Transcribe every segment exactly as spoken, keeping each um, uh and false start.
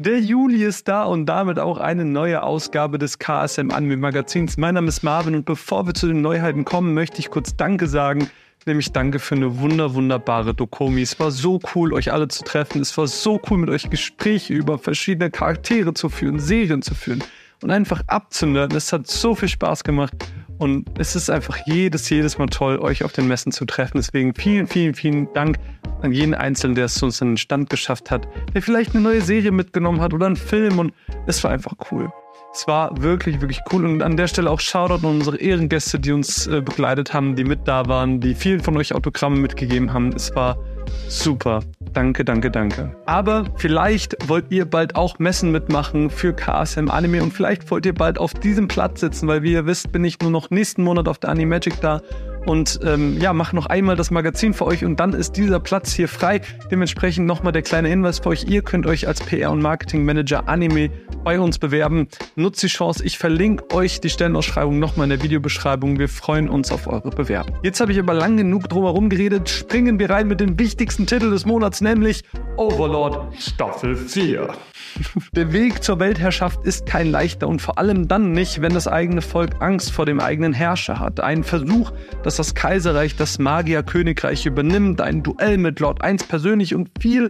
Der Juli ist da und damit auch eine neue Ausgabe des K S M Anime Magazins. Mein Name ist Marvin und bevor wir zu den Neuheiten kommen, möchte ich kurz Danke sagen. Nämlich danke für eine wunder, wunderbare Dokomi. Es war so cool, euch alle zu treffen. Es war so cool, mit euch Gespräche über verschiedene Charaktere zu führen, Serien zu führen und einfach abzunörden. Es hat so viel Spaß gemacht und es ist einfach jedes, jedes Mal toll, euch auf den Messen zu treffen. Deswegen vielen, vielen, vielen Dank an jeden Einzelnen, der es zu uns in den Stand geschafft hat, der vielleicht eine neue Serie mitgenommen hat oder einen Film und es war einfach cool. Es war wirklich, wirklich cool und an der Stelle auch Shoutout an unsere Ehrengäste, die uns äh, begleitet haben, die mit da waren, die vielen von euch Autogramme mitgegeben haben. Es war super. Danke, danke, danke. Aber vielleicht wollt ihr bald auch Messen mitmachen für K S M Anime und vielleicht wollt ihr bald auf diesem Platz sitzen, weil wie ihr wisst, bin ich nur noch nächsten Monat auf der Animagic da und ähm, ja, mache noch einmal das Magazin für euch und dann ist dieser Platz hier frei. Dementsprechend nochmal der kleine Hinweis für euch, ihr könnt euch als P R- und Marketing-Manager Anime bei uns bewerben. Nutzt die Chance, ich verlinke euch die Stellenausschreibung nochmal in der Videobeschreibung. Wir freuen uns auf eure Bewerbung. Jetzt habe ich aber lang genug drumherum geredet. Springen wir rein mit dem wichtigsten Titel des Monats, nämlich Overlord Staffel vier. Der Weg zur Weltherrschaft ist kein leichter und vor allem dann nicht, wenn das eigene Volk Angst vor dem eigenen Herrscher hat. Ein Versuch, dass das Kaiserreich das Magierkönigreich übernimmt, ein Duell mit Lord eins persönlich und viel,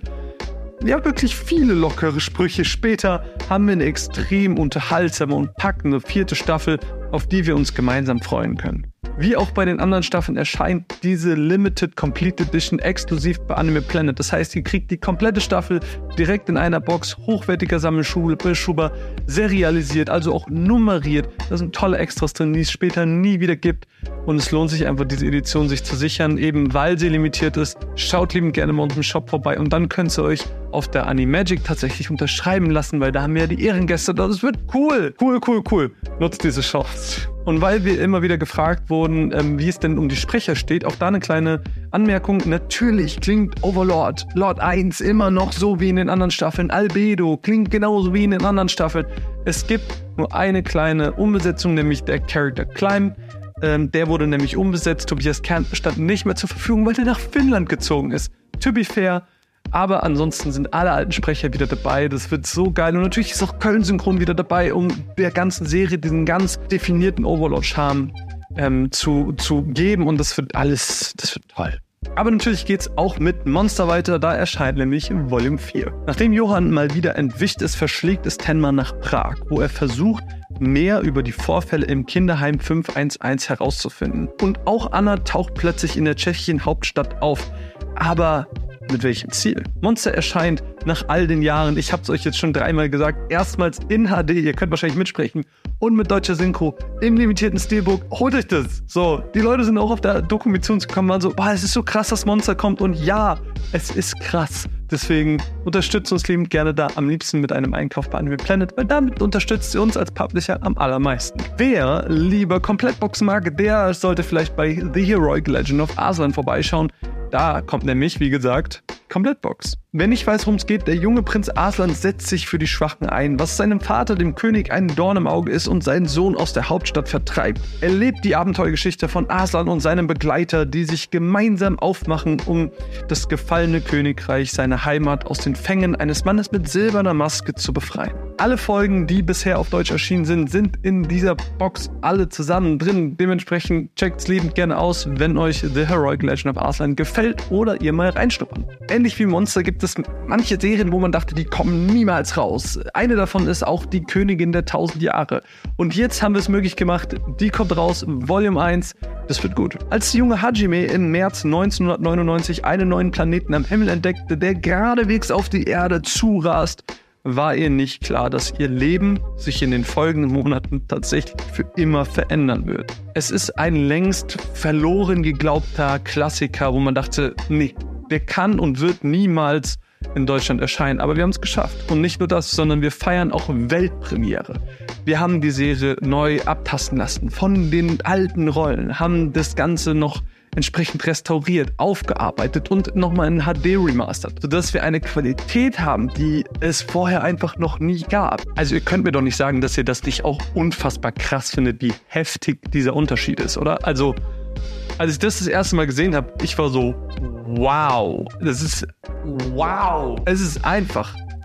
ja wirklich viele lockere Sprüche später haben wir eine extrem unterhaltsame und packende vierte Staffel, auf die wir uns gemeinsam freuen können. Wie auch bei den anderen Staffeln erscheint diese Limited Complete Edition exklusiv bei Anime Planet. Das heißt, ihr kriegt die komplette Staffel direkt in einer Box, hochwertiger Sammelschuber, serialisiert, also auch nummeriert. Da sind tolle Extras drin, die es später nie wieder gibt. Und es lohnt sich einfach, diese Edition sich zu sichern, eben weil sie limitiert ist. Schaut liebend gerne mal unten im Shop vorbei und dann könnt ihr euch auf der Animagic tatsächlich unterschreiben lassen, weil da haben wir ja die Ehrengäste. Das wird cool. Cool, cool, cool. Nutzt diese Chance. Und weil wir immer wieder gefragt wurden, ähm, wie es denn um die Sprecher steht, auch da eine kleine Anmerkung. Natürlich klingt Overlord, Lord eins immer noch so wie in den anderen Staffeln. Albedo klingt genauso wie in den anderen Staffeln. Es gibt nur eine kleine Umbesetzung, nämlich der Character Climb. Ähm, der wurde nämlich umbesetzt. Tobias Kern stand nicht mehr zur Verfügung, weil er nach Finnland gezogen ist. To be fair. Aber ansonsten sind alle alten Sprecher wieder dabei. Das wird so geil. Und natürlich ist auch Köln-Synchron wieder dabei, um der ganzen Serie diesen ganz definierten Overlord-Charme ähm, zu, zu geben. Und das wird alles, das wird toll. Aber natürlich geht's auch mit Monster weiter. Da erscheint nämlich Volume vier. Nachdem Johann mal wieder entwischt ist, verschlägt es Tenma nach Prag, wo er versucht, mehr über die Vorfälle im Kinderheim fünf eins eins herauszufinden. Und auch Anna taucht plötzlich in der tschechischen Hauptstadt auf. Aber mit welchem Ziel? Monster erscheint nach all den Jahren, ich hab's euch jetzt schon dreimal gesagt, erstmals in H D, ihr könnt wahrscheinlich mitsprechen, und mit deutscher Synchro im limitierten Steelbook. Holt euch das! So, die Leute sind auch auf der Dokumentation gekommen, waren so, boah, es ist so krass, dass Monster kommt und ja, es ist krass. Deswegen unterstützt uns liebend gerne da, am liebsten mit einem Einkauf bei Anime Planet, weil damit unterstützt ihr uns als Publisher am allermeisten. Wer lieber Komplettboxen mag, der sollte vielleicht bei The Heroic Legend of Aslan vorbeischauen. Da kommt nämlich, wie gesagt, Komplettbox. Wer nicht weiß, worum es geht, der junge Prinz Aslan setzt sich für die Schwachen ein, was seinem Vater, dem König, ein Dorn im Auge ist und seinen Sohn aus der Hauptstadt vertreibt. Er lebt die Abenteuergeschichte von Aslan und seinem Begleiter, die sich gemeinsam aufmachen, um das gefallene Königreich, seine Heimat, aus den Fängen eines Mannes mit silberner Maske zu befreien. Alle Folgen, die bisher auf Deutsch erschienen sind, sind in dieser Box alle zusammen drin. Dementsprechend checkt's liebend gerne aus, wenn euch The Heroic Legend of Aslan gefällt oder ihr mal reinschnuppern. Ähnlich wie Monster gibt es manche Serien, wo man dachte, die kommen niemals raus. Eine davon ist auch die Königin der tausend Jahre. Und jetzt haben wir es möglich gemacht. Die kommt raus, Volume eins. Das wird gut. Als die junge Hajime im März neunzehnhundertneunundneunzig einen neuen Planeten am Himmel entdeckte, der geradewegs auf die Erde zurast, war ihr nicht klar, dass ihr Leben sich in den folgenden Monaten tatsächlich für immer verändern wird. Es ist ein längst verloren geglaubter Klassiker, wo man dachte, nee, der kann und wird niemals in Deutschland erscheinen. Aber wir haben es geschafft. Und nicht nur das, sondern wir feiern auch Weltpremiere. Wir haben die Serie neu abtasten lassen von den alten Rollen, haben das Ganze noch entsprechend restauriert, aufgearbeitet und nochmal in H D remastert, sodass wir eine Qualität haben, die es vorher einfach noch nie gab. Also ihr könnt mir doch nicht sagen, dass ihr das nicht auch unfassbar krass findet, wie heftig dieser Unterschied ist, oder? Also, als ich das das erste Mal gesehen habe, ich war so, wow, das ist, wow, es ist einfach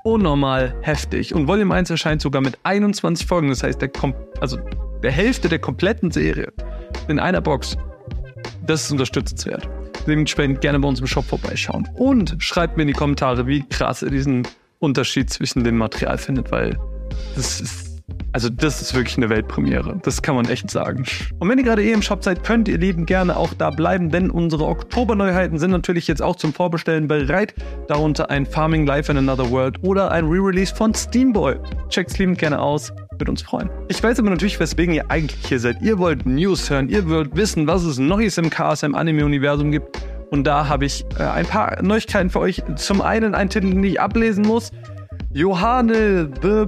unnormal heftig. Und Volume eins erscheint sogar mit einundzwanzig Folgen. Das heißt, der, Kom- also der Hälfte der kompletten Serie in einer Box. Das ist unterstützenswert. Dementsprechend gerne bei uns im Shop vorbeischauen. Und schreibt mir in die Kommentare, wie krass ihr diesen Unterschied zwischen dem Material findet, weil das ist, also das ist wirklich eine Weltpremiere. Das kann man echt sagen. Und wenn ihr gerade eh im Shop seid, könnt ihr lieben gerne auch da bleiben, denn unsere Oktoberneuheiten sind natürlich jetzt auch zum Vorbestellen bereit. Darunter ein Farming Life in Another World oder ein Re-Release von Steamboy. Checkt's liebend gerne aus. Würde uns freuen. Ich weiß aber natürlich, weswegen ihr eigentlich hier seid. Ihr wollt News hören, ihr wollt wissen, was es Neues im K S M-Anime-Universum gibt. Und da habe ich äh, ein paar Neuigkeiten für euch. Zum einen ein Titel, den ich ablesen muss. Johanne the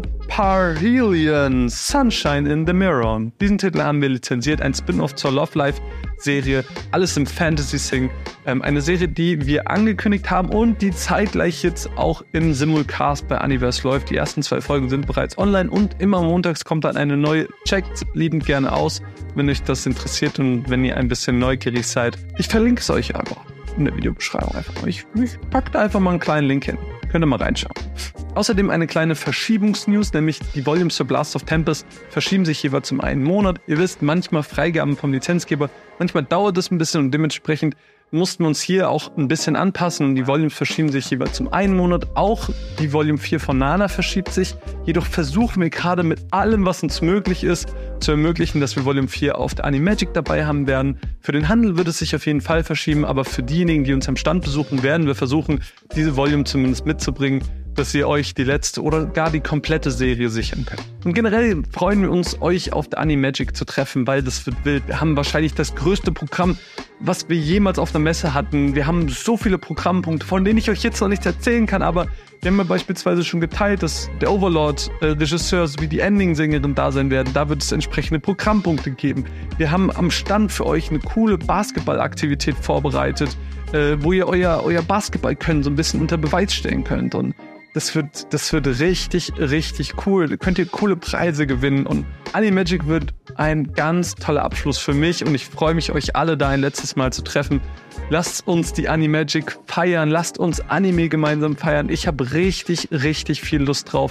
Parhelion, Sunshine in the Mirror. Diesen Titel haben wir lizenziert, ein Spin-off zur Love Life-Serie, alles im Fantasy-Sing. Ähm, eine Serie, die wir angekündigt haben und die zeitgleich jetzt auch im Simulcast bei Universe läuft. Die ersten zwei Folgen sind bereits online und immer montags kommt dann eine neue. Checkt liebend gerne aus, wenn euch das interessiert und wenn ihr ein bisschen neugierig seid. Ich verlinke es euch einfach in der Videobeschreibung einfach. Ich, ich packe da einfach mal einen kleinen Link hin. Könnt ihr mal reinschauen. Außerdem eine kleine Verschiebungsnews, nämlich die Volumes für Blast of Tempest verschieben sich jeweils um einen Monat. Ihr wisst, manchmal Freigaben vom Lizenzgeber, manchmal dauert es ein bisschen und dementsprechend mussten wir uns hier auch ein bisschen anpassen und die Volumes verschieben sich jeweils um einen Monat. Auch die Volume vier von Nana verschiebt sich. Jedoch versuchen wir gerade mit allem, was uns möglich ist, zu ermöglichen, dass wir Volume vier auf der Animagic dabei haben werden. Für den Handel wird es sich auf jeden Fall verschieben, aber für diejenigen, die uns am Stand besuchen, werden wir versuchen, diese Volume zumindest mitzubringen, dass ihr euch die letzte oder gar die komplette Serie sichern könnt. Und generell freuen wir uns, euch auf der Animagic zu treffen, weil das wird wild. Wir haben wahrscheinlich das größte Programm, was wir jemals auf einer Messe hatten. Wir haben so viele Programmpunkte, von denen ich euch jetzt noch nichts erzählen kann, aber wir haben ja beispielsweise schon geteilt, dass der Overlord, äh, Regisseur sowie die Ending-Sängerin da sein werden. Da wird es entsprechende Programmpunkte geben. Wir haben am Stand für euch eine coole Basketballaktivität vorbereitet, äh, wo ihr euer, euer Basketball-Können so ein bisschen unter Beweis stellen könnt. Und Das wird, das wird richtig, richtig cool. Da könnt ihr coole Preise gewinnen und Animagic wird ein ganz toller Abschluss für mich und ich freue mich, euch alle da ein letztes Mal zu treffen. Lasst uns die Animagic feiern, lasst uns Anime gemeinsam feiern. Ich habe richtig, richtig viel Lust drauf.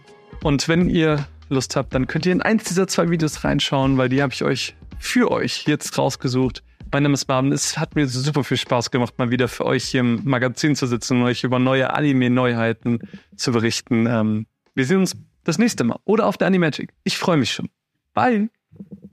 Und wenn ihr Lust habt, dann könnt ihr in eins dieser zwei Videos reinschauen, weil die habe ich euch für euch jetzt rausgesucht. Mein Name ist Marvin. Es hat mir super viel Spaß gemacht, mal wieder für euch hier im Magazin zu sitzen und euch über neue Anime-Neuheiten zu berichten. Ähm, wir sehen uns das nächste Mal oder auf der Animagic. Ich freue mich schon. Bye!